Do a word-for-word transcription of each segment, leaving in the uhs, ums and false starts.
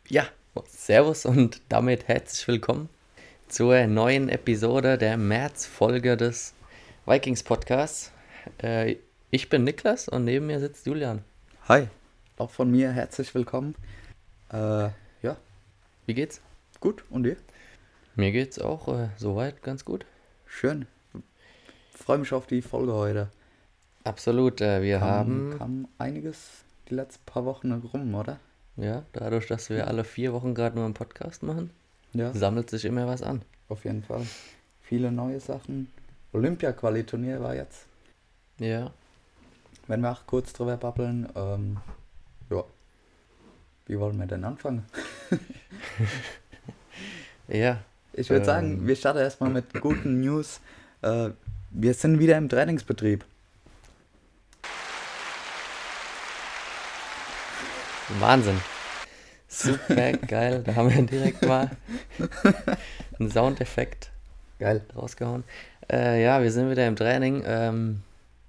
Ja, servus und damit herzlich willkommen zur neuen Episode der März-Folge des Vikings Podcasts. Äh, ich bin Niklas und neben mir sitzt Julian. Hi, auch von mir herzlich willkommen. Äh, ja, Wie geht's? gut, und dir? Mir geht's auch äh, soweit ganz gut. Schön. Freue mich auf die Folge heute. Absolut, äh, wir Kam, haben, kam einiges die letzten paar Wochen rum, oder? ja, dadurch, dass wir alle vier Wochen gerade nur einen Podcast machen, Ja, sammelt sich immer was an. auf jeden Fall. Viele neue Sachen. Olympia-Quali-Turnier war jetzt. Ja, Wenn wir auch kurz drüber babbeln, ähm, ja. Wie wollen wir denn anfangen? ja, Ich würde ähm, sagen, wir starten erstmal mit guten News. Äh, wir sind wieder im Trainingsbetrieb. Wahnsinn. Super geil, da haben wir direkt mal einen Soundeffekt Geil. rausgehauen. Äh, ja, wir sind wieder im Training. Ähm,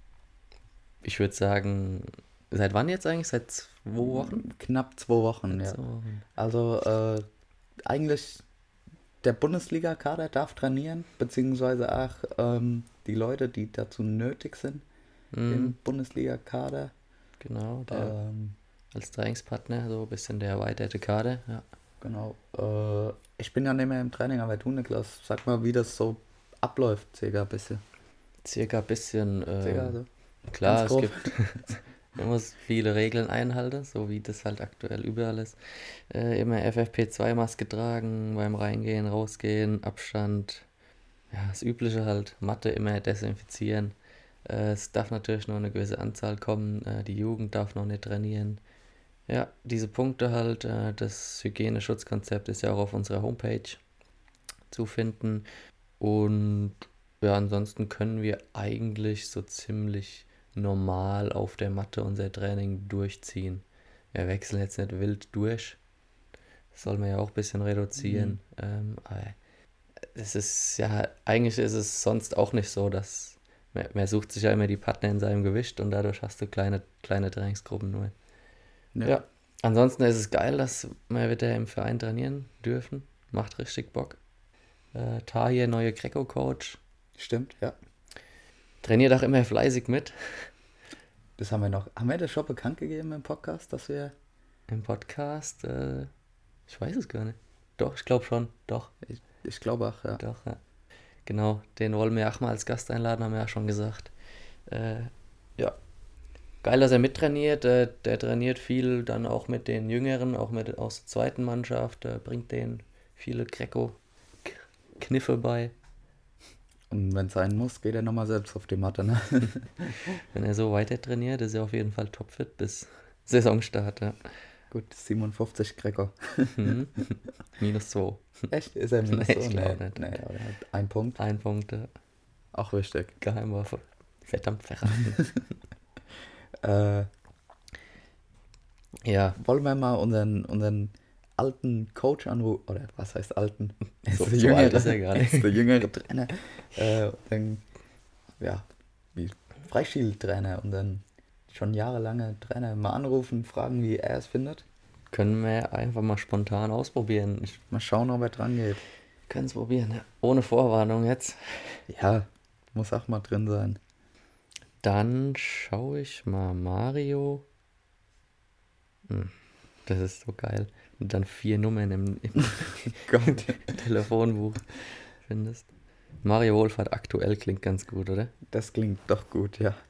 ich würde sagen, seit wann jetzt eigentlich? Seit zwei Wochen? Knapp zwei Wochen, Seit ja. zwei Wochen. Also äh, eigentlich der Bundesliga-Kader darf trainieren, beziehungsweise auch ähm, die Leute, die dazu nötig sind im Mhm, Bundesliga-Kader. genau, der Ähm, als Trainingspartner, so ein bisschen der erweiterte Kader. Ja. genau. Äh, ich bin ja nicht mehr im Training, aber du, Niklas, sag mal, wie das so abläuft, circa ein bisschen. Circa ein bisschen, Circa, ähm, also klar, ganz es grob. gibt, man muss viele Regeln einhalten, so wie das halt aktuell überall ist. Äh, immer F F P zwei Maske tragen, beim Reingehen, Rausgehen, Abstand. Ja, das Übliche halt, Matte immer desinfizieren. Äh, es darf natürlich nur eine gewisse Anzahl kommen, äh, die Jugend darf noch nicht trainieren. Ja, diese Punkte halt, äh, das Hygieneschutzkonzept ist ja auch auf unserer Homepage zu finden. Und ja, ansonsten können wir eigentlich so ziemlich normal auf der Matte unser Training durchziehen. Wir wechseln jetzt nicht wild durch. Das soll man ja auch ein bisschen Mhm. reduzieren. Ähm, aber es ist ja, eigentlich ist es sonst auch nicht so, dass man, man sucht sich ja immer die Partner in seinem Gewicht und dadurch hast du kleine, kleine Trainingsgruppen nur. Ja, Ja, ansonsten ist es geil, dass wir wieder im Verein trainieren dürfen. Macht richtig Bock. Äh, Tahir, neue Greco-Coach. stimmt, ja. Trainiert auch immer fleißig mit Das haben wir noch. Haben wir das schon bekannt gegeben im Podcast, dass wir. im Podcast. Äh, ich weiß es gar nicht. Doch, ich glaube schon. Doch, Ich, ich glaube auch, ja. doch, ja. Genau, den wollen wir auch mal als Gast einladen, haben wir ja schon gesagt. Äh, ja, geil, dass er mittrainiert. Äh, der trainiert viel dann auch mit den Jüngeren, auch mit aus der zweiten Mannschaft. Äh, bringt denen viele Greco-Kniffe bei. Und wenn es sein muss, geht er nochmal selbst auf die Matte, ne? Wenn er so weiter trainiert, ist er auf jeden Fall topfit bis Saisonstart. Ja. Gut, siebenundfünfzig Greco. Mhm. Minus zwei. Echt? Ist er minus Nee, so? ich Nee, glaube nicht. nee, aber er hat einen Punkt. Ein Punkt, äh, Auch wichtig. Geheimwaffe. Verdammt verraten. Äh, Ja, wollen wir mal unseren, unseren alten Coach anrufen? Oder was heißt alten? Er so, ist der so alt ist jüngere, er gar er nicht. ist der jüngere Trainer. Äh, den, ja, wie Freistil-Trainer und dann schon jahrelange Trainer mal anrufen, fragen, wie er es findet. Können wir einfach mal spontan ausprobieren. Ich Mal schauen, ob er dran geht. kann es probieren, ja. Ohne Vorwarnung jetzt. Ja, muss auch mal drin sein. Dann schaue ich mal Mario. Hm, das ist so geil. Und dann vier Nummern im, im Gott. Telefonbuch findest. Mario Wohlfahrt aktuell klingt ganz gut, oder? Das klingt doch gut, ja.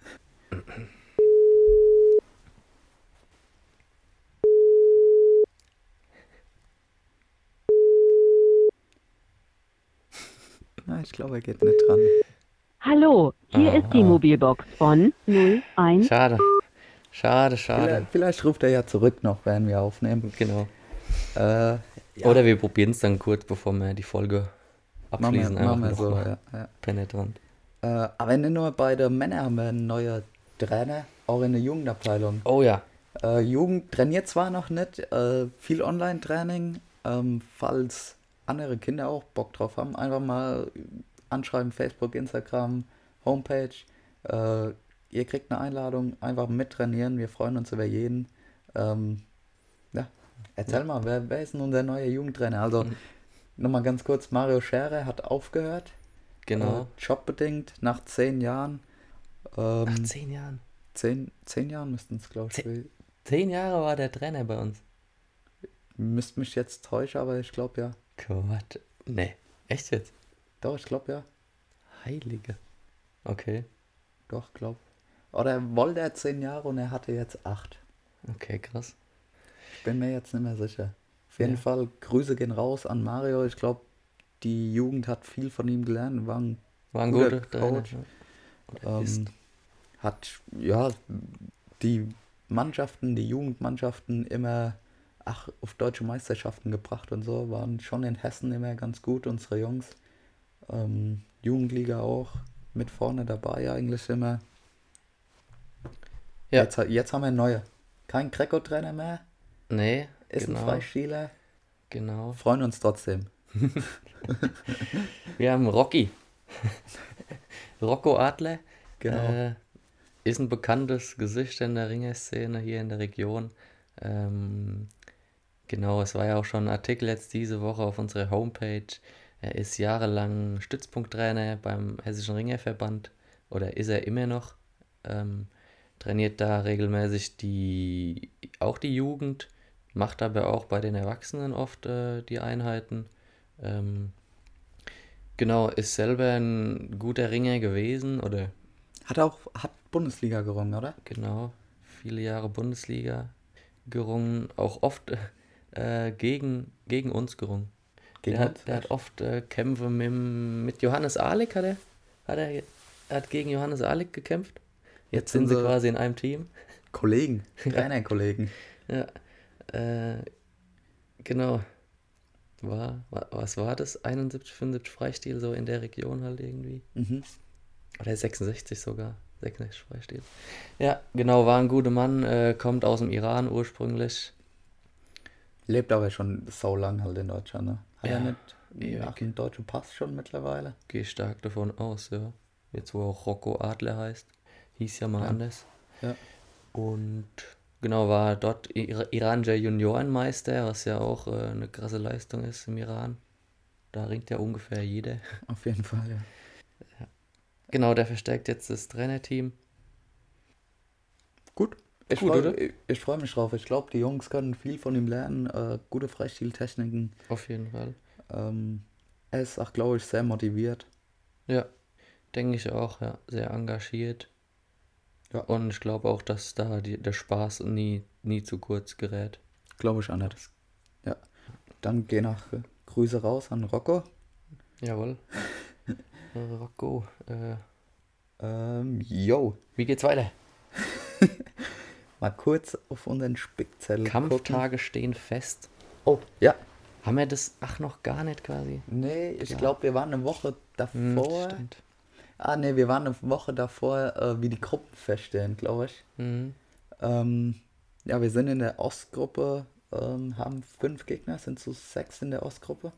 Na, ich glaube, er geht nicht dran. Hallo, hier ist die Ah, Mobilbox von null eins. schade. Schade, schade. Vielleicht, vielleicht ruft er ja zurück noch, während wir aufnehmen. Genau. Äh, ja, Oder wir probieren es dann kurz, bevor wir die Folge machen wir, abschließen. Einfach machen wir so, nochmal ja. ja. penetrant. Äh, aber nicht nur bei der Männer haben wir einen neuen Trainer, auch in der Jugendabteilung. Oh ja. Äh, Jugend trainiert zwar noch nicht, äh, viel Online-Training, ähm, falls andere Kinder auch Bock drauf haben, einfach mal anschreiben, Facebook, Instagram, Homepage. Äh, ihr kriegt eine Einladung, einfach mittrainieren, wir freuen uns über jeden. Ähm, ja, Erzähl mal, wer, wer ist denn unser neuer Jugendtrainer? Also, Mhm. nochmal ganz kurz, Mario Scherer hat aufgehört, Genau. äh, jobbedingt, nach zehn Jahren. Nach Ähm, zehn Jahren. zehn, zehn Jahren müssten es, glaube ich, Zehn- gewesen- Zehn Jahre war der Trainer bei uns. müsste mich jetzt täuschen, aber ich glaube ja. Quatsch. Nee. Echt jetzt? Doch, ich glaube ja. Heilige. Okay. Doch, glaub. Oder er wollte er zehn Jahre und er hatte jetzt acht. Okay, krass. Ich bin mir jetzt nicht mehr sicher. Auf jeden Ja. Fall, Grüße gehen raus an Mario. Ich glaube, die Jugend hat viel von ihm gelernt. War ein, War ein Guter guter Trainer. Coach. Ja. Oder ist. ähm, hat, ja, die Mannschaften, die Jugendmannschaften immer, ach, auf deutsche Meisterschaften gebracht und so. Waren schon in Hessen immer ganz gut, unsere Jungs. Ähm, Jugendliga auch mit vorne dabei eigentlich immer. Ja. Jetzt, ha- jetzt haben wir einen neuen. Kein Greco-Trainer mehr. Nee, Ist genau. ein Freistiler. Genau. Freuen uns trotzdem. Wir haben Rocky. Rocco Adler. Genau. Äh, ist ein bekanntes Gesicht in der Ringerszene hier in der Region. Ähm, genau, es war ja auch schon ein Artikel jetzt diese Woche auf unserer Homepage. Er ist jahrelang Stützpunkttrainer beim Hessischen Ringerverband oder ist er immer noch. Ähm, trainiert da regelmäßig die auch die Jugend, macht aber auch bei den Erwachsenen oft äh, die Einheiten. Ähm, genau, ist selber ein guter Ringer gewesen oder Hat auch hat Bundesliga gerungen, oder? genau, viele Jahre Bundesliga gerungen, auch oft äh, gegen, gegen uns gerungen. Gegen der, uns? hat, der hat oft äh, Kämpfe mit, mit Johannes Ahlig, hat er, hat er, er hat gegen Johannes Ahlig gekämpft. Jetzt sind sie quasi in einem Team. Kollegen, Trainerkollegen. Ja, äh, genau. War, war, was war das? einundsiebzig, fünfundsiebzig Freistil, so in der Region halt irgendwie. Mhm. Oder sechsundsechzig sogar. sechsundsechzig Freistil. Ja, genau, war ein guter Mann, äh, kommt aus dem Iran ursprünglich. Lebt aber schon so lang halt in Deutschland, ne? Hat Ja, er nicht ewig. ach, einen deutschen Pass schon mittlerweile? Gehe stark davon aus, ja. Jetzt, wo auch Rocco Adler heißt. Hieß ja mal Ja. anders. Ja. Und genau, war dort Ir iranischer Juniorenmeister, was ja auch äh, eine krasse Leistung ist im Iran. Da ringt ja ungefähr jeder. Auf jeden Fall, ja. Genau, der verstärkt jetzt das Trainerteam. Gut. Ich Gut, freue oder? ich, ich freu mich drauf. Ich glaube, die Jungs können viel von ihm lernen. Äh, gute Freistiltechniken. Auf jeden Fall. Ähm, er ist auch, glaube ich, sehr motiviert. Ja, denke ich auch, ja. Sehr engagiert. Ja. Und ich glaube auch, dass da die, der Spaß nie, nie zu kurz gerät. Glaube ich auch nicht. Ja. Dann gehen auch äh, Grüße raus an Rocco. Jawohl. äh, Rocco, äh, Ähm, yo. wie geht's weiter? Mal kurz auf unseren Spickzettel gucken. Kampftage stehen fest. Oh, ja. Haben wir das, ach, noch gar nicht quasi? Nee, ich Ja. glaube, wir waren eine Woche Hm, davor. stimmt. Ah, nee, wir waren eine Woche davor, äh, wie die Gruppen feststellen, glaube ich. Mhm. Ähm, ja, wir sind in der Ostgruppe, ähm, haben fünf Gegner, sind so sechs in der Ostgruppe.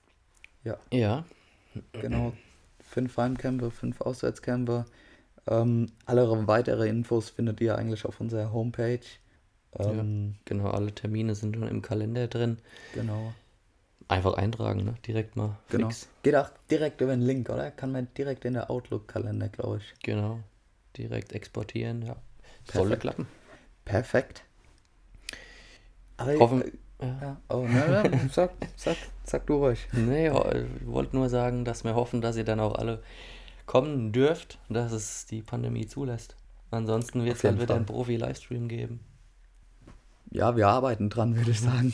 Ja, Genau, fünf Heimkämpfe, fünf Auswärtskämpfe. Ähm, alle weitere Infos findet ihr eigentlich auf unserer Homepage. Ähm, genau, alle Termine sind schon im Kalender drin. Genau, Einfach eintragen, ne? Direkt mal genau. fix. Geht auch direkt über den Link, oder? Kann man direkt in der Outlook-Kalender, glaube ich. Genau. Direkt exportieren, ja. Solle Perfekt. klappen. Perfekt. Aber, Hoffen, äh, ja. ja, oh, ne, ne, sag, sag, sag du ruhig. Nee, ja, ich wollte nur sagen, dass wir hoffen, dass ihr dann auch alle kommen dürft, dass es die Pandemie zulässt. Ansonsten wird es Auf jeden halt wieder Fall. einen Profi-Livestream geben. Ja, wir arbeiten dran, würde ich sagen.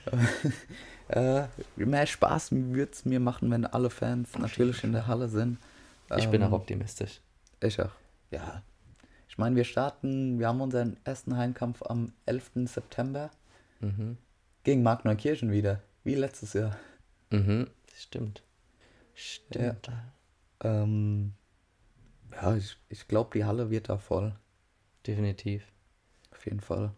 äh, mehr Spaß wird es mir machen, wenn alle Fans natürlich in der Halle sind. Ich bin Ähm, auch optimistisch. Ich auch. Ja. Ich meine, wir starten, wir haben unseren ersten Heimkampf am elften September Mhm. gegen Markneukirchen wieder, wie letztes Jahr. Mhm. Stimmt. Stimmt. Ähm, ja, ich, ich glaube, die Halle wird da voll, Definitiv. auf jeden Fall.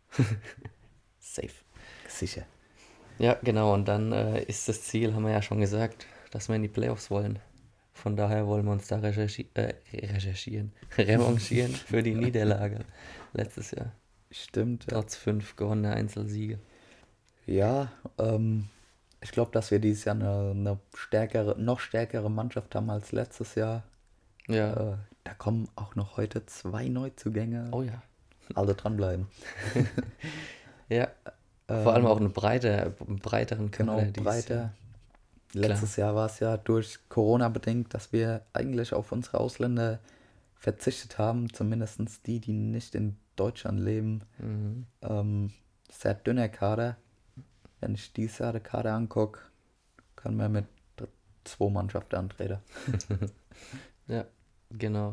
Safe. Sicher. Ja, genau. Und dann äh, ist das Ziel, haben wir ja schon gesagt, dass wir in die Playoffs wollen. Von daher wollen wir uns da recherchi äh, recherchieren, revanchieren für die Niederlage letztes Jahr. Stimmt, ja. Trotz fünf gewonnener Einzelsiege. Ja, ähm, ich glaube, dass wir dieses Jahr eine, eine stärkere, noch stärkere Mannschaft haben als letztes Jahr. Ja. Äh, da kommen auch noch heute zwei Neuzugänge. Oh ja. Also dranbleiben. Ja. Vor allem auch Ähm, eine breite, einen breiteren genau, Kader dieses breiter. Jahr. Letztes Jahr war es ja durch Corona bedingt, dass wir eigentlich auf unsere Ausländer verzichtet haben, zumindest die, die nicht in Deutschland leben. Mhm. Ähm, sehr dünner Kader. Wenn ich dieses Jahr den Kader angucke, können wir mit dr- zwei Mannschaften antreten. Ja, genau.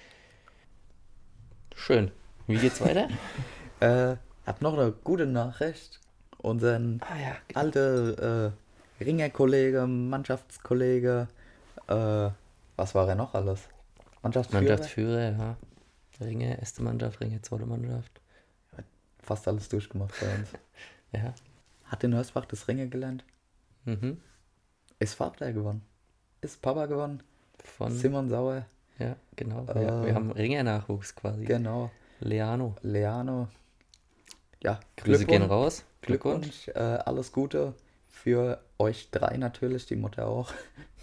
Schön. Wie geht's weiter? Äh, hab noch eine gute Nachricht. Unseren Ah ja, alten äh, Ringerkollege, Mannschaftskollege, äh, was war er noch alles? Mannschaftsführer? Mannschaftsführer, ja. Ringe, erste Mannschaft, Ringe, zweite Mannschaft. Fast alles durchgemacht bei uns. Ja. Hat in Hörsbach das Ringe gelernt. Mhm. Ist Vater gewonnen. Ist Papa gewonnen. Von, Simon Sauer. ja, genau. Äh, wir, wir haben Ringer-Nachwuchs quasi. Genau. Leano. Leano. Ja, Grüße gehen Glückwunsch. raus. Glückwunsch. Glückwunsch. Äh, alles Gute für euch drei natürlich, die Mutter auch.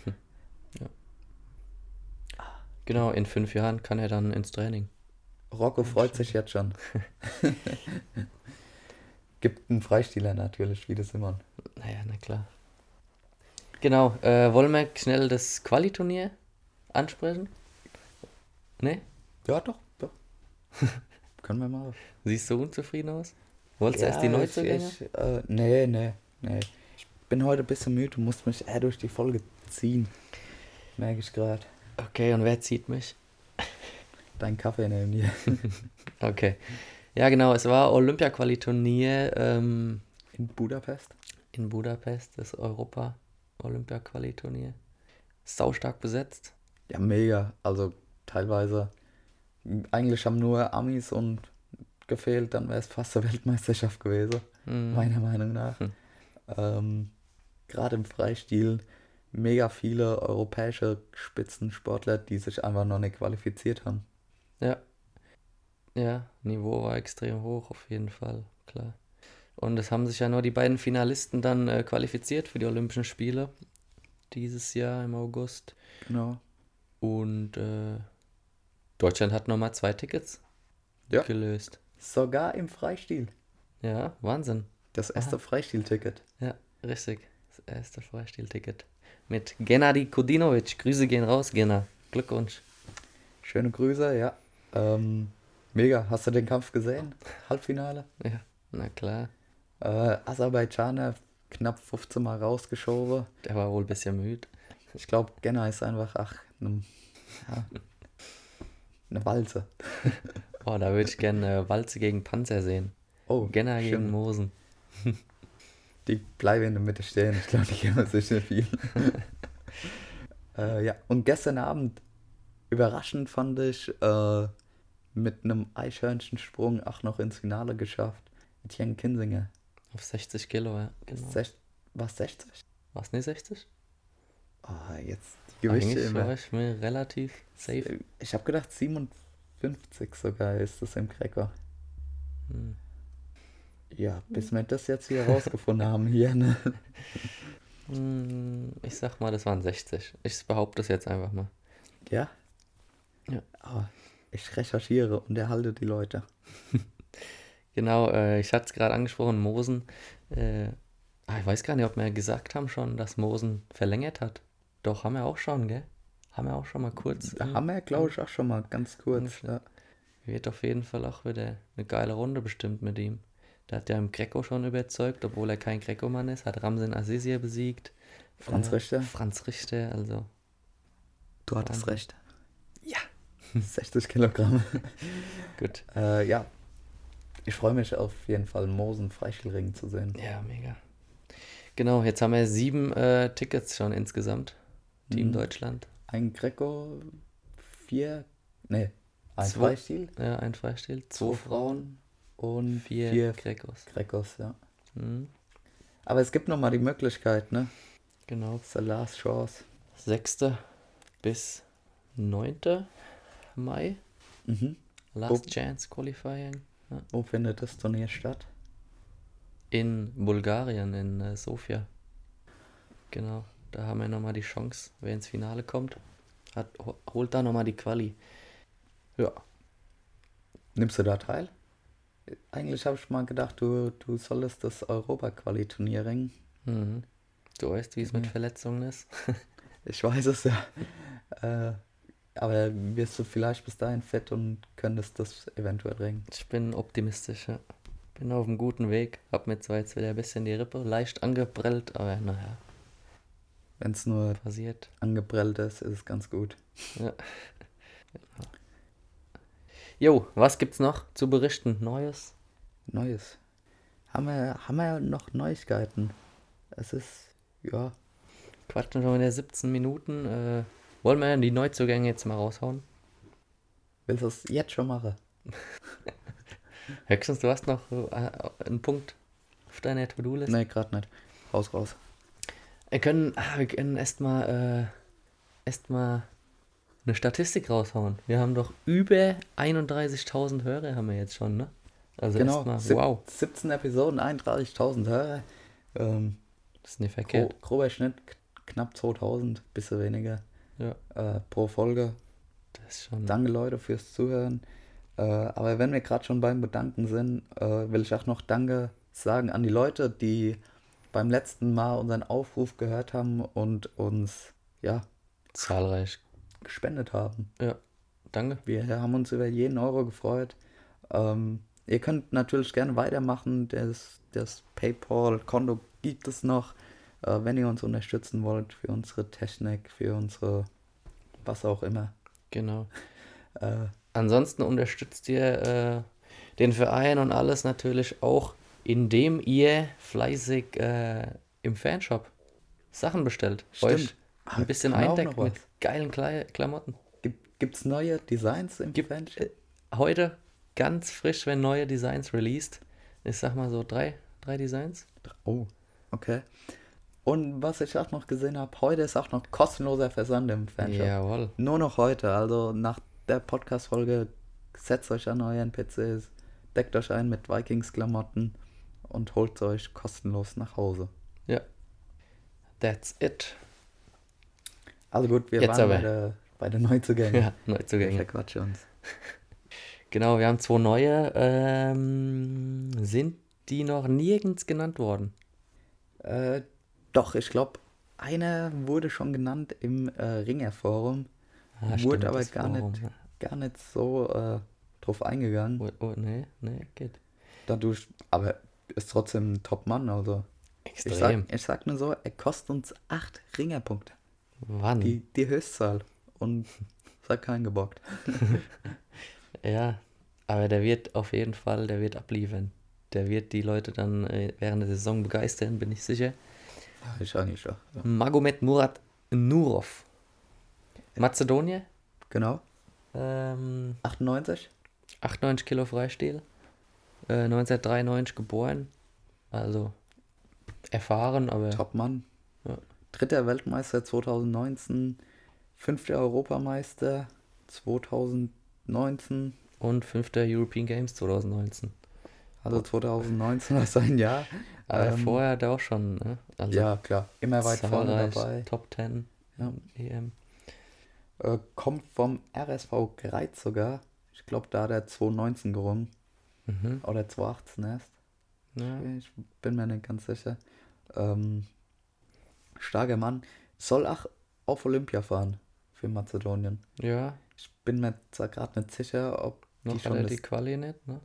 Genau, in fünf Jahren kann er dann ins Training. Rocco freut sich jetzt schon. Gibt einen Freistiler natürlich, wie das immer. Naja, na klar. Genau, äh, wollen wir schnell das Quali-Turnier ansprechen? Ne? Ja, doch, doch. Können wir mal. Siehst du unzufrieden aus? Wolltest du Ja, erst die Neuzugänge? Ich, ich, äh, nee, nee, nee. Ich bin heute ein bisschen müde und muss mich eher durch die Folge ziehen. Merke ich gerade. Okay, und wer zieht mich? Dein Kaffee neben dir. Okay. Ja, genau, es war Olympia-Quali-Turnier ähm, In Budapest. in Budapest, das Europa-Olympia-Quali-Turnier. Saustark besetzt. Ja, mega. Also teilweise. Eigentlich haben nur Amis und gefehlt, dann wäre es fast eine Weltmeisterschaft gewesen. Mhm. Meiner Meinung nach. Hm. Ähm, Gerade im Freistil mega viele europäische Spitzensportler, die sich einfach noch nicht qualifiziert haben. Ja. Ja, Niveau war extrem hoch, auf jeden Fall, klar. Und es haben sich ja nur die beiden Finalisten dann äh, qualifiziert für die Olympischen Spiele dieses Jahr im August. Genau. Und äh, Deutschland hat nochmal zwei Tickets Ja. gelöst. Sogar im Freistil. Ja, Wahnsinn. Das erste Freistil-Ticket. Ja, richtig. Das erste Freistilticket. Mit Gennady Kudinovic. Grüße gehen raus, Genna. Glückwunsch. Schöne Grüße, ja. Ähm, mega. Hast du den Kampf gesehen? Halbfinale? Ja, na klar. Äh, Aserbaidschaner knapp fünfzehn Mal rausgeschoben. Der war wohl ein bisschen müde. Ich glaube, Genna ist einfach, ach, ne, ja, eine Walze. Oh, da würde ich gerne äh, Walze gegen Panzer sehen. Oh, Genna gegen stimmt. Mosen. Die bleiben in der Mitte stehen. Ich glaube, die geben sich nicht viel. äh, ja, und gestern Abend, überraschend fand ich, äh, mit einem Eichhörnchensprung auch noch ins Finale geschafft. Etienne Kinsinger. Auf sechzig Kilo, ja. Genau. Sech, was, sechzig? War es nicht sechzig? Oh, jetzt die Gewichte Eigentlich immer. war ich mir relativ safe. Ich habe gedacht, siebenundfünfzig sogar ist das im Cracker. Hm. Ja, bis wir das jetzt hier rausgefunden haben hier, ne? Hm, Ich sag mal, das waren sechzig. Ich behaupte das jetzt einfach mal. Ja? Ja. Aber ich recherchiere und erhalte die Leute. Genau, äh, ich hatte es gerade angesprochen, Mosen. Äh, ah, ich weiß gar nicht, ob wir gesagt haben schon, dass Mosen verlängert hat. Doch, haben wir auch schon, gell? Haben wir auch schon mal kurz. Da an- haben wir, glaube ich, auch schon mal ganz kurz. Ja. Wird auf jeden Fall auch wieder eine geile Runde bestimmt mit ihm. Der hat ja im Greco schon überzeugt, obwohl er kein Greco-Mann ist. Hat Ramsin Azizier besiegt. Franz Äh, Richter, Franz Richter, also. du hattest Wahnsinn. recht. Ja. sechzig Kilogramm. Gut. äh, ja. Ich freue mich auf jeden Fall, Mosen Freistilring zu sehen. Ja, mega. Genau, jetzt haben wir sieben äh, Tickets schon insgesamt. Team Mhm. Deutschland. Ein Greco, vier, nee, ein Zwei- Freistil, Ja, ein Freistil. zwei Zwei Frauen und Vier, vier Grecos. Grecos, ja. Mhm. Aber es gibt nochmal die Möglichkeit, ne? Genau. Das ist the last chance. sechster bis neunter Mai. Mhm. Last Chance Qualifying. Wo findet das Turnier statt? in Bulgarien, in äh, Sofia. Genau, da haben wir nochmal die Chance, wer ins Finale kommt, hat, holt da nochmal die Quali. Ja. Nimmst du da teil? Eigentlich habe ich mal gedacht, du, du solltest das Europa-Quali-Turnier ringen. Mhm. Du weißt, wie es mit Verletzungen ist. Ich weiß es ja. äh, aber wirst du vielleicht bis dahin fit und könntest das eventuell ringen? Ich bin optimistisch, ja. Bin auf einem guten Weg. Hab mir zwar jetzt wieder ein bisschen die Rippe leicht angeprellt, aber naja, Wenn es nur passiert. angeprellt ist, ist es ganz gut. Ja. Jo, was gibt's noch zu berichten? Neues? Neues. Haben wir, haben wir noch Neuigkeiten? Es ist, ja, Quatschen schon wieder siebzehn Minuten. Äh, wollen wir die Neuzugänge jetzt mal raushauen? willst du es jetzt schon machen? Höchstens, du hast noch äh, einen Punkt auf deiner To-Do-Liste. Nee, gerade nicht. Raus, raus. Wir können, ah, wir können erstmal äh, erstmal eine Statistik raushauen. Wir haben doch über einunddreißigtausend Hörer haben wir jetzt schon, ne? Also Genau, erstmal, sieb- wow, siebzehn Episoden, einunddreißigtausend Hörer. Ähm, das ist nicht gro verkehrt. grober Schnitt, k- knapp zweitausend, bisschen weniger Ja, äh, pro Folge. das ist schon. Danke Leute fürs Zuhören. Äh, aber wenn wir gerade schon beim Bedanken sind, äh, will ich auch noch Danke sagen an die Leute, die beim letzten Mal unseren Aufruf gehört haben und uns ja Zahlreich. gespendet haben. Ja, danke. Wir haben uns über jeden Euro gefreut. Ähm, ihr könnt natürlich gerne weitermachen. Das, das PayPal-Konto gibt es noch, äh, wenn ihr uns unterstützen wollt für unsere Technik, für unsere was auch immer. Genau. Äh, Ansonsten unterstützt ihr äh, den Verein und alles natürlich auch, indem ihr fleißig äh, im Fanshop Sachen bestellt. Stimmt. Euch ein bisschen Haben wir auch eindeckt noch was? mit geilen Kle Klamotten. Gibt es neue Designs im Gibt, Fanshop? äh, heute ganz frisch, wenn neue Designs released. Ich sag mal so drei, drei Designs. Oh, okay. Und was ich auch noch gesehen habe, heute ist auch noch kostenloser Versand im Fanshop. Jawohl. Nur noch heute, also nach der Podcast-Folge, setzt euch an euren P Cs, deckt euch ein mit Vikings-Klamotten und holt euch kostenlos nach Hause. Ja. That's it. Also gut, wir Jetzt waren aber. bei der, bei der Neuzugänge. Ja, Wir Neuzugänge. verquatschen uns. Genau, wir haben zwei neue. Ähm, sind die noch nirgends genannt worden? Äh, doch, ich glaube, einer wurde schon genannt im äh, Ringer-Forum, Ah, wurde stimmt, aber das gar Forum, nicht, ja. gar nicht so äh, drauf eingegangen. Oh, oh, nee, nee, geht. Dadurch, aber ist trotzdem ein Top-Mann, also. Ich sag, Extrem. ich sag nur so, er kostet uns acht Ringerpunkte. Wann? Die, die Höchstzahl. Und es hat keinen gebockt. Ja, aber der wird auf jeden Fall, der wird abliefern. Der wird die Leute dann äh, während der Saison begeistern, bin ich sicher. Ja, ich eigentlich schon. Ja. Magomed Murat Nurov. Mazedonien. Genau. Ähm, achtundneunzig. achtundneunzig Kilo Freistil. Äh, neunzehnhundertdreiundneunzig geboren. Also erfahren, aber Top-Mann. Ja. Dritter Weltmeister zweitausendneunzehn. Fünfter Europameister zweitausendneunzehn. und fünfter European Games zweitausendneunzehn. Also zweitausendneunzehn war sein Jahr. Aber Ähm, vorher hat er auch schon, ne? Also Ja, klar. Immer weit vorne zahlreich dabei. Top zehn Ja. E M. Äh, kommt vom R S V Greiz sogar. Ich glaube, da hat er zweitausendneunzehn gerungen. Mhm. Oder zweitausendachtzehn erst. Ja. Ich bin mir nicht ganz sicher. Ähm, starker Mann. Soll auch auf Olympia fahren für Mazedonien. ja, Ich bin mir zwar gerade nicht sicher, ob noch die hat schon er das, die Quali nicht, ne?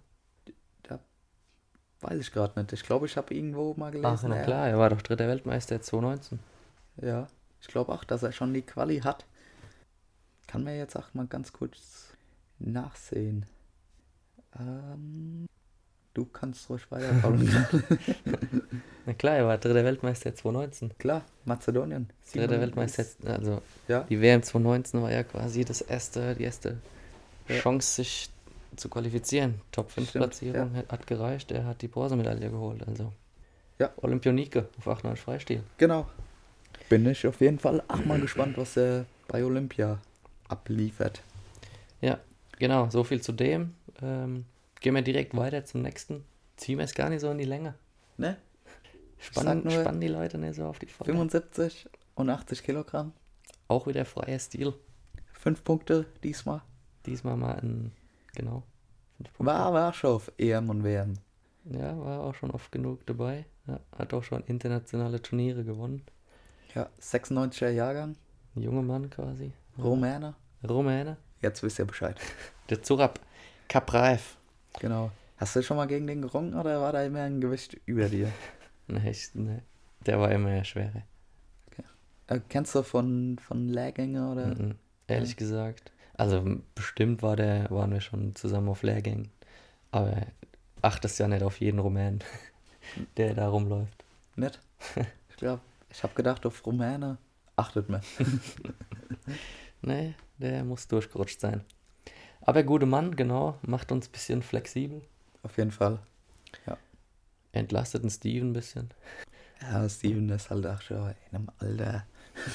weiß ich gerade nicht. Ich glaube, ich habe irgendwo mal gelesen. Ach, na er- klar, er war doch dritter Weltmeister zweitausendneunzehn. Ja, ich glaube auch, dass er schon die Quali hat. Kann mir jetzt auch mal ganz kurz nachsehen. Ähm, du kannst ruhig weiter, Paul. Na klar, er war dritter Weltmeister zweitausendneunzehn. Klar, Mazedonien. Dritter Simon Weltmeister, ist- also Ja, die W M zweitausendneunzehn war ja quasi das erste, die erste Ja. Chance, sich zu qualifizieren. Top fünf Stimmt, Platzierung hat, hat gereicht, er hat die Bronzemedaille geholt, also. Ja. Olympionike auf achtundneunzig Freistil. genau. Bin ich auf jeden Fall auch mal gespannt, was er bei Olympia abliefert. Ja, genau, so viel zu dem. Ähm, gehen wir direkt weiter zum nächsten. Ziehen wir es gar nicht so in die Länge. Ne? Spannen, nur- spannen die Leute nicht so auf die Folter. fünfundsiebzig und achtzig Kilogramm. Auch wieder freier Stil. Fünf Punkte diesmal. Diesmal mal ein, genau. fünf Punkte. War, war schon auf E M und W M. Ja, war auch schon oft genug dabei. Ja, hat auch schon internationale Turniere gewonnen. Ja, sechsundneunziger Jahrgang. Ein junger Mann quasi. Rumäne. Rumäne. Jetzt wisst ihr Bescheid. Der Zurab Kapraev. Genau. Hast du schon mal gegen den gerungen oder war da immer ein Gewicht über dir? Nee, ich, nee. Der war immer der Schwere. Äh, kennst du von, von Lehrgänge oder? Mhm. Ehrlich gesagt. Also m- bestimmt war der, waren wir schon zusammen auf Lehrgängen. Aber achtest ja nicht auf jeden Rumänen, der da rumläuft. Nicht? Ich glaube, ich habe gedacht, auf Rumäne achtet man. Nee, der muss durchgerutscht sein. Aber guter Mann, genau, macht uns ein bisschen flexibel. Auf jeden Fall. Entlastet den Steven ein bisschen. Ja, Steven ist halt auch schon in einem Alter.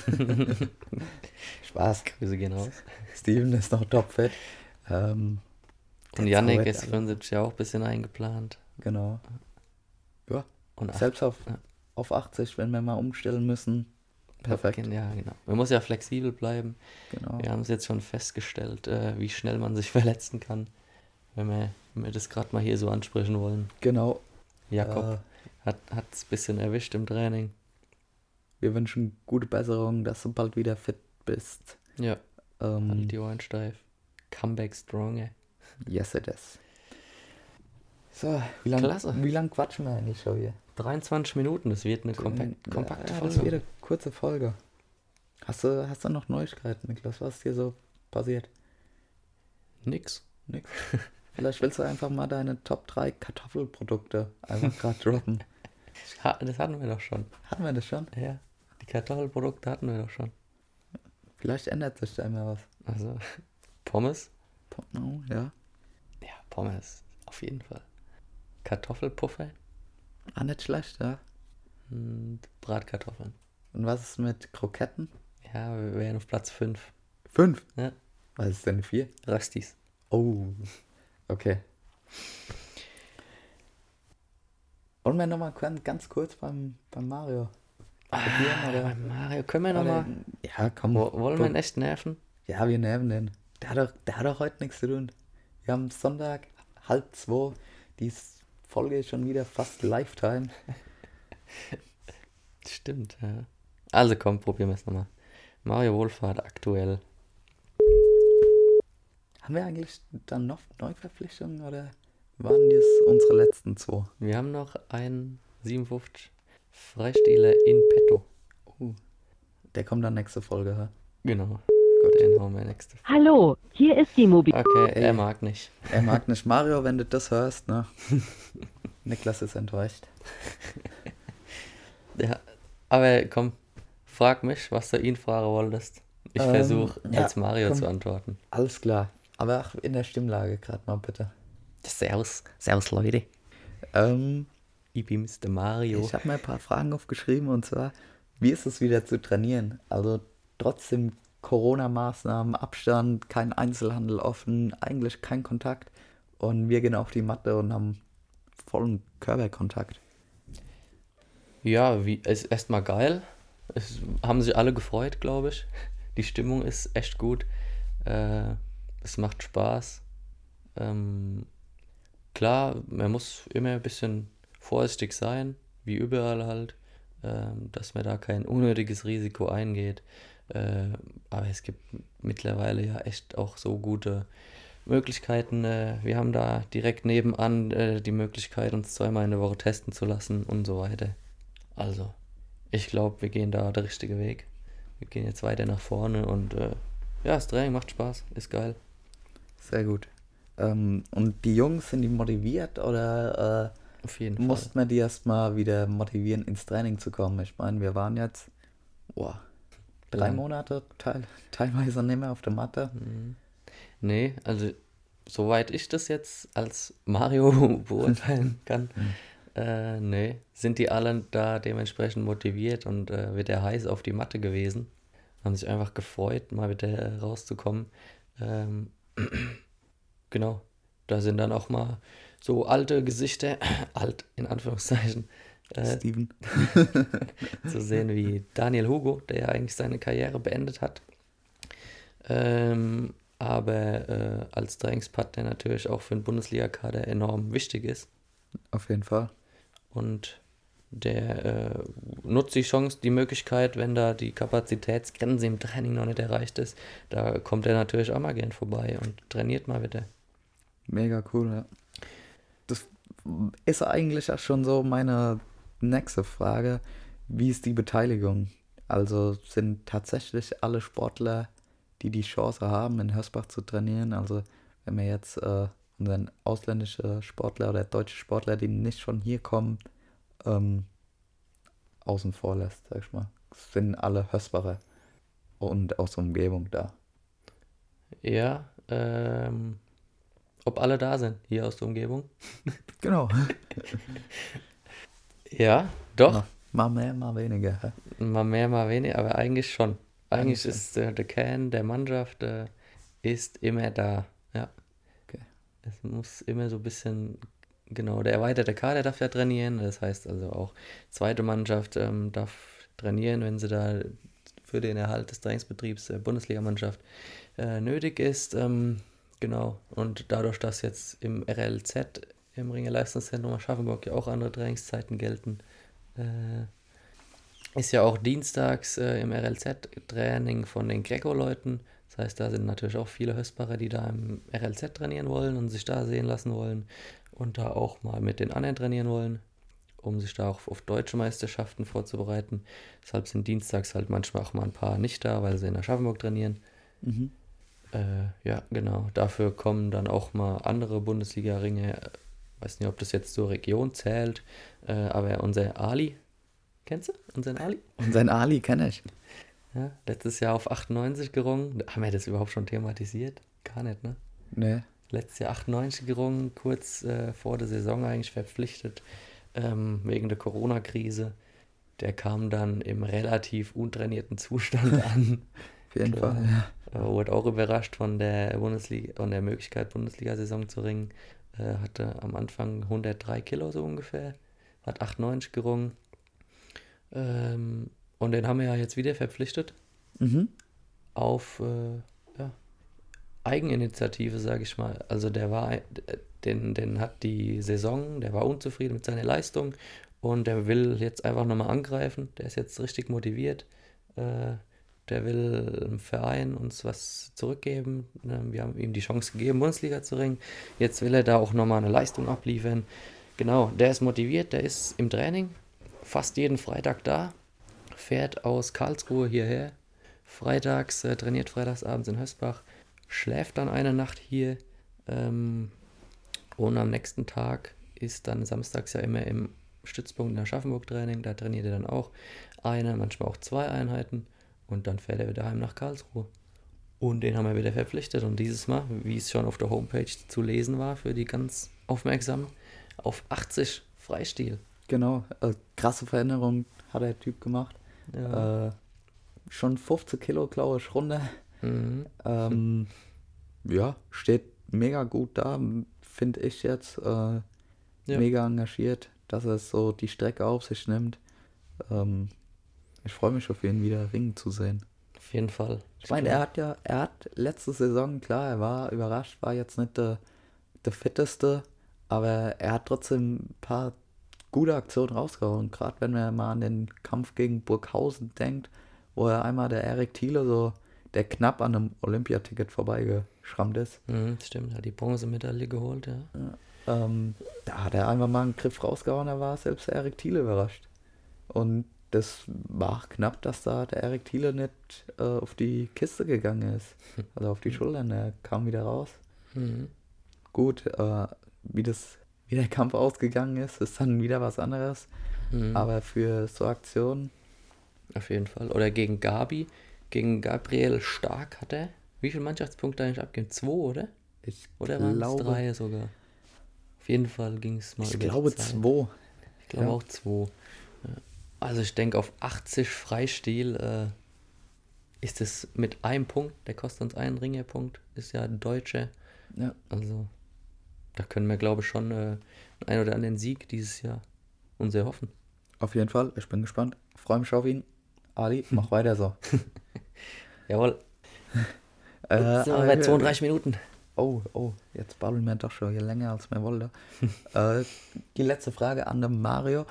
Spaß. Grüße gehen raus. Steven ist noch topfit. Ähm, Und der Yannick zaubert ist alle. fünfundsiebzig auch ein bisschen eingeplant. Genau. Ja, Und acht- selbst auf, ja. auf achtzig, wenn wir mal umstellen müssen. Perfekt. Ja, genau. Man muss ja flexibel bleiben. Genau. Wir haben es jetzt schon festgestellt, äh, wie schnell man sich verletzen kann, wenn wir, wenn wir das gerade mal hier so ansprechen wollen. Genau. Jakob Äh, hat es ein bisschen erwischt im Training. wir wünschen gute Besserung, dass du bald wieder fit bist. Ja, Ähm, halt die Ohren steif. Comeback strong, ey. yes, it is. So, wie lange Klasse. wie lang quatschen wir eigentlich schon hier? dreiundzwanzig Minuten, das wird eine kompakt, kompakte ja, Folge. das wird eine kurze Folge. Hast du, hast du noch Neuigkeiten, Niklas? Was ist dir so passiert? Nix. Nix. Vielleicht willst du einfach mal deine Top drei Kartoffelprodukte einfach gerade droppen. Ha, das hatten wir doch schon. Hatten wir das schon? Ja, die Kartoffelprodukte hatten wir doch schon. Vielleicht ändert sich da immer was. Also, Pommes. Oh, ja. Ja, Pommes, auf jeden Fall. Kartoffelpuffer Ah, nicht schlecht, ja. und Bratkartoffeln. Und was ist mit Kroketten? Ja, wir wären auf Platz fünf. Fünf. Ja. Was ist denn vier? Röstis. Oh, okay. Wollen wir nochmal ganz kurz beim, beim Mario probieren? Ah, Oder, bei Mario, können wir oder, nochmal. ja, komm. Wollen wir ihn echt nerven? Ja, wir nerven den. Der hat, doch, der hat doch heute nichts zu tun. Wir haben Sonntag, halb zwei. Die Folge ist schon wieder fast Lifetime. Stimmt, ja. Also komm, probieren wir es nochmal. Mario Wohlfahrt aktuell. Haben wir eigentlich dann noch Neuverpflichtungen oder waren das unsere letzten zwei? Wir haben noch einen siebenundfünfzig Freisteller in petto. Oh, der kommt dann nächste Folge, hä? Genau. Gut, den hauen wir nächste. Hallo, hier ist die Mobil. Okay, Ey. er mag nicht. Er mag nicht Mario, wenn du das hörst, ne? Niklas ist enttäuscht. Ja, aber komm, frag mich, was du ihn fragen wolltest. Ich Ähm, versuche ja, als Mario komm. zu antworten. Alles klar. Aber ach, in der Stimmlage gerade mal bitte. Servus, servus Leute. Ähm, Ich bin Mister Mario. ich habe mir ein paar Fragen aufgeschrieben und zwar, wie ist es wieder zu trainieren? Also trotzdem Corona-Maßnahmen, Abstand, kein Einzelhandel offen, eigentlich kein Kontakt. Und wir gehen auf die Matte und haben vollen Körperkontakt. Ja, wie, es ist erstmal geil. Es haben sich alle gefreut, glaube ich. Die Stimmung ist echt gut. Äh, es macht Spaß. Ähm, klar, man muss immer ein bisschen vorsichtig sein, wie überall halt, ähm, dass man da kein unnötiges Risiko eingeht. Äh, aber es gibt mittlerweile ja echt auch so gute Möglichkeiten. Äh, wir haben da direkt nebenan äh, die Möglichkeit, uns zweimal in der Woche testen zu lassen und so weiter. Also, ich glaube, wir gehen da der richtige Weg. Wir gehen jetzt weiter nach vorne und äh, ja, das Training macht Spaß, ist geil. Sehr gut. Ähm, und die Jungs, sind die motiviert oder Auf jeden äh, Fall. mussten wir die erstmal wieder motivieren, ins Training zu kommen? Ich meine, wir waren jetzt boah, drei Lang. Monate teil, teilweise nicht mehr auf der Matte. Mhm. Nee, also soweit ich das jetzt als Mario beurteilen kann, äh, nee, sind die alle da dementsprechend motiviert und äh, wird der heiß auf die Matte gewesen. Haben sich einfach gefreut, mal wieder rauszukommen. Ähm, genau, da sind dann auch mal so alte Gesichter, alt in Anführungszeichen, Äh, Steven. zu sehen, wie Daniel Hugo, der ja eigentlich seine Karriere beendet hat, ähm, aber äh, als Trainingspartner natürlich auch für den Bundesliga-Kader enorm wichtig ist. Auf jeden Fall. Und der äh, nutzt die Chance, die Möglichkeit, wenn da die Kapazitätsgrenze im Training noch nicht erreicht ist, da kommt er natürlich auch mal gern vorbei und trainiert mal wieder. Mega cool, ja. Das ist eigentlich auch schon so meine nächste Frage. Wie ist die Beteiligung? Also sind tatsächlich alle Sportler, die die Chance haben, in Hösbach zu trainieren, also wenn wir jetzt äh, unseren ausländischen Sportler oder deutsche Sportler, die nicht von hier kommen, ähm, außen vor lässt, sag ich mal, sind alle Hösbacher und aus der Umgebung da. Ja, ähm, ob alle da sind, hier aus der Umgebung? Genau. Ja, doch. Mal, mal mehr, mal weniger. hä? Mal mehr, mal weniger, aber eigentlich schon. Eigentlich Eigentlich schon. ist äh, der Kern der Mannschaft äh, ist immer da. Ja. Okay. Es muss immer so ein bisschen, genau, der erweiterte Kader darf ja trainieren. Das heißt also auch zweite Mannschaft ähm, darf trainieren, wenn sie da für den Erhalt des Trainingsbetriebs der Bundesligamannschaft äh, nötig ist. Ähm, genau. Und dadurch, dass jetzt im R L Z, im Ringer Leistungszentrum Aschaffenburg, ja auch andere Trainingszeiten gelten, äh, ist ja auch dienstags äh, im R L Z-Training von den Greco-Leuten. Das heißt, da sind natürlich auch viele Hösbacher, die da im R L Z trainieren wollen und sich da sehen lassen wollen und da auch mal mit den anderen trainieren wollen, um sich da auch auf deutsche Meisterschaften vorzubereiten. Deshalb sind dienstags halt manchmal auch mal ein paar nicht da, weil sie in Aschaffenburg trainieren. Mhm. Äh, ja, genau. Dafür kommen dann auch mal andere Bundesliga-Ringe. Weiß nicht, ob das jetzt zur Region zählt, äh, aber unser Ali, kennst du unseren Ali? Und sein Ali kenne ich. Ja, letztes Jahr auf achtundneunzig gerungen. Haben wir das überhaupt schon thematisiert? Gar nicht, ne? Nee. Letztes Jahr achtundneunzig gerungen, kurz äh, vor der Saison eigentlich verpflichtet, ähm, wegen der Corona-Krise. Der kam dann im relativ untrainierten Zustand an. Auf jeden Klar. Fall, ja. Äh, wurde auch überrascht von der Bundesliga, von der Möglichkeit, Bundesliga-Saison zu ringen. Äh, hatte am Anfang hundertdrei Kilo so ungefähr. Hat achtundneunzig gerungen. Ähm, und den haben wir ja jetzt wieder verpflichtet Mhm. auf äh, ja, Eigeninitiative, sage ich mal. Also der war, den, den hat die Saison, der war unzufrieden mit seiner Leistung und der will jetzt einfach nochmal angreifen. Der ist jetzt richtig motiviert. Äh, der will im Verein uns was zurückgeben. Wir haben ihm die Chance gegeben, Bundesliga zu ringen. Jetzt will er da auch nochmal eine Leistung abliefern. Genau, der ist motiviert, der ist im Training, fast jeden Freitag da, fährt aus Karlsruhe hierher, freitags, äh, trainiert freitagsabends in Hösbach, schläft dann eine Nacht hier ähm, und am nächsten Tag ist dann samstags ja immer im Stützpunkt in Aschaffenburg Training, da trainiert er dann auch eine, manchmal auch zwei Einheiten und dann fährt er wieder heim nach Karlsruhe. Und den haben wir wieder verpflichtet und dieses Mal, wie es schon auf der Homepage zu lesen war, für die ganz Aufmerksamen, auf achtzig Freistil. Genau. Äh, krasse Veränderung hat der Typ gemacht. Ja. Äh, schon fünfzehn Kilo, glaube ich, runter. Mhm. Ähm, ja, steht mega gut da, finde ich jetzt. Äh, Ja. Mega engagiert, dass er so die Strecke auf sich nimmt. Ähm, ich freue mich auf ihn wieder ringen zu sehen. Auf jeden Fall. Ich meine, er hat ja, er hat letzte Saison, klar, er war überrascht, war jetzt nicht der, der fitteste, aber er hat trotzdem ein paar gute Aktionen rausgehauen. Gerade wenn man mal an den Kampf gegen Burghausen denkt, wo er einmal der Erik Thiele so, der knapp an einem Olympiaticket vorbeigeschrammt ist. Mhm, stimmt, hat die Bronzemedaille geholt, ja. Ja, ähm, da hat er einfach mal einen Griff rausgehauen, da war selbst der Erik Thiele überrascht. Und das war knapp, dass da der Erik Thiele nicht äh, auf die Kiste gegangen ist. Also auf die Schultern, er kam wieder raus. Mhm. Gut, äh, wie das, wie der Kampf ausgegangen ist, ist dann wieder was anderes. Mhm. Aber für so Aktionen, Auf jeden Fall. Oder gegen Gabi, gegen Gabriel Stark hat er. Wie viele Mannschaftspunkte eigentlich abgegeben? Zwei, oder? ich Oder waren es glaube, drei sogar? Auf jeden Fall ging es mal ich über die glaube Zeit. zwei. Ich glaube Ja. auch zwei. Ja. Also ich denke, auf achtzig Freistil äh, ist es mit einem Punkt, der kostet uns einen Ringerpunkt, ist ja ein Deutscher. Ja, Also da können wir, glaube ich, schon äh, einen oder anderen Sieg dieses Jahr uns erhoffen. Auf jeden Fall, ich bin gespannt. Freue mich auf ihn. Ali, mach weiter so. Jawohl. Äh, Jetzt sind wir aber- bei zweiunddreißig Minuten. Oh, oh, jetzt babbeln wir doch schon hier länger, als wir wollten. äh, die letzte Frage an den Mario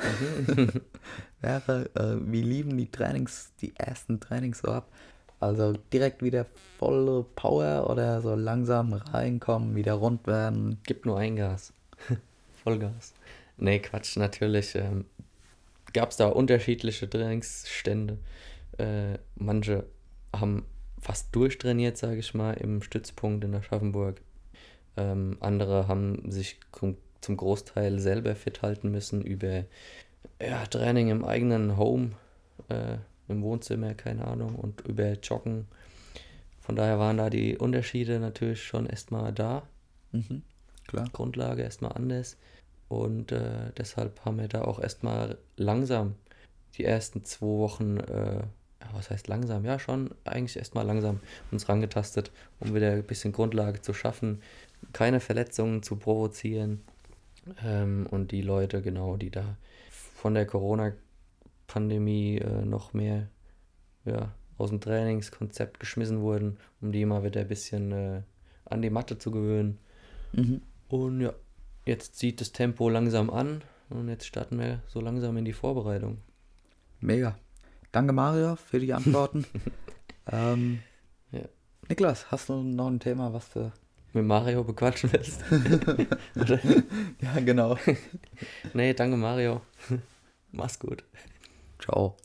wäre, äh, wie lieben die Trainings, die ersten Trainings so ab? Also direkt wieder volle Power oder so langsam reinkommen, wieder rund werden? Gibt nur ein Gas. Vollgas. Nee, Quatsch, natürlich. Ähm, Gab es da unterschiedliche Trainingsstände. Äh, manche haben fast durchtrainiert, sage ich mal, im Stützpunkt in Aschaffenburg. Ähm, andere haben sich zum, zum Großteil selber fit halten müssen über ja, Training im eigenen Home, äh, im Wohnzimmer, keine Ahnung, und über Joggen. Von daher waren da die Unterschiede natürlich schon erstmal da. Mhm, klar. Grundlage erstmal anders. Und äh, deshalb haben wir da auch erstmal langsam die ersten zwei Wochen, äh, ja, was heißt langsam? Ja, schon eigentlich erstmal langsam uns rangetastet, um wieder ein bisschen Grundlage zu schaffen, keine Verletzungen zu provozieren. Ähm, und die Leute, genau, die da von der Corona-Pandemie äh, noch mehr ja, aus dem Trainingskonzept geschmissen wurden, um die mal wieder ein bisschen äh, an die Matte zu gewöhnen. Mhm. Und ja, jetzt zieht das Tempo langsam an und jetzt starten wir so langsam in die Vorbereitung. Mega. Danke Mario für die Antworten. ähm, Ja. Niklas, hast du noch ein Thema, was du... Mit Mario bequatschen willst? Oder? Ja, genau. Nee, danke Mario. Mach's gut. Ciao.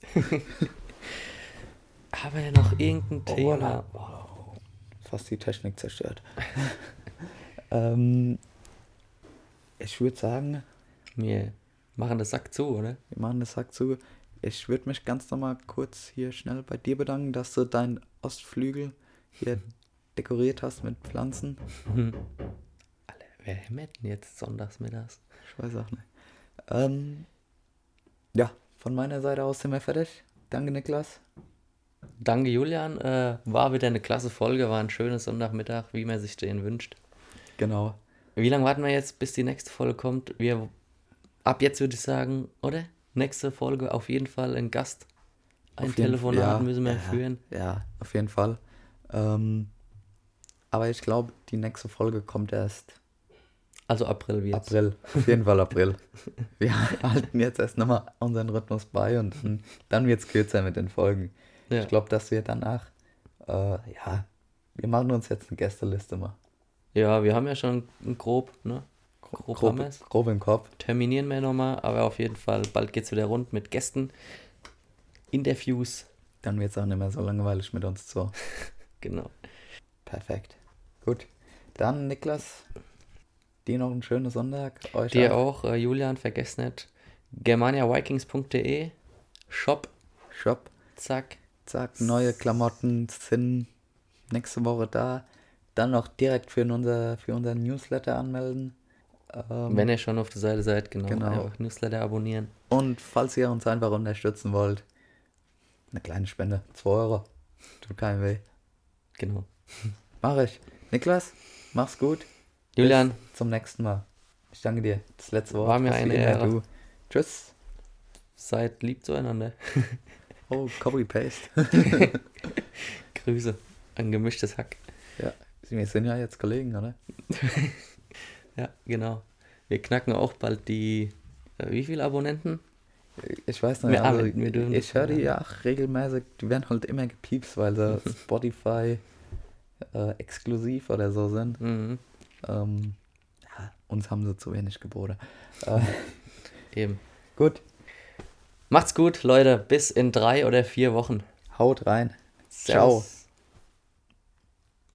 Haben wir noch irgendein Oh, Thema? wow. Fast die Technik zerstört. ähm, ich würde sagen, Wir machen das Sack zu, oder? wir machen das Sack zu. Ich würde mich ganz nochmal kurz hier schnell bei dir bedanken, dass du deinen Ostflügel hier dekoriert hast mit Pflanzen. Alter, wer hämmert denn jetzt sonntags mittags? Ich weiß auch nicht. Ähm, ja, von meiner Seite aus sind wir fertig. Danke, Niklas. Danke Julian, äh, war wieder eine klasse Folge, war ein schönes Sonntagmittag, wie man sich den wünscht. Genau. Wie lange warten wir jetzt, bis die nächste Folge kommt? Wir, ab jetzt würde ich sagen, oder? Nächste Folge auf jeden Fall ein Gast. Ein Auf jeden- Telefonat ja, müssen wir ja, führen. Ja, auf jeden Fall. Ähm, aber ich glaube, die nächste Folge kommt erst Also April wird April. Auf jeden Fall April. Wir halten jetzt erst nochmal unseren Rhythmus bei und dann, dann wird es kürzer mit den Folgen. Ja. Ich glaube, dass wir danach, äh, ja, wir machen uns jetzt eine Gästeliste mal. Ja, wir haben ja schon grob, ne? Grob, Grob, haben wir's. grob im Kopf. Terminieren wir nochmal, aber auf jeden Fall, bald geht's wieder rund mit Gästen, Interviews, Dann wird es auch nicht mehr so langweilig mit uns so. genau. Perfekt. Gut. Dann, Niklas, dir noch einen schönen Sonntag. Euch Dir auch, äh, Julian, vergesst nicht, germania vikings punkt de, Shop, Shop. zack. Zack, neue Klamotten sind nächste Woche da. Dann noch direkt für unser, für unseren Newsletter anmelden. Ähm, Wenn ihr schon auf der Seite seid, genau, Genau. einfach Newsletter abonnieren. Und falls ihr uns einfach unterstützen wollt, eine kleine Spende, zwei Euro. Tut keinem weh. Genau. Mach ich. Niklas, mach's gut. Julian, Bis zum nächsten Mal. Ich danke dir. Das letzte Wort. War mir hast wie eine immer Ehre. du. Tschüss. seid lieb zueinander. Oh, Copy-Paste. Grüße. Ein gemischtes Hack. Ja, wir sind ja jetzt Kollegen, oder? Ja, genau. Wir knacken auch bald die, äh, wie viele Abonnenten? Ich weiß nicht, Wir also arbeiten, wir dürfen ich das höre die nicht ja auch regelmäßig, die werden halt immer gepiepst, weil sie Spotify äh, exklusiv oder so sind. Mhm. Ähm, ja, uns haben sie zu wenig geboten. Äh, Eben. gut, Macht's gut, Leute. Bis in drei oder vier Wochen. haut rein. Servus. Ciao.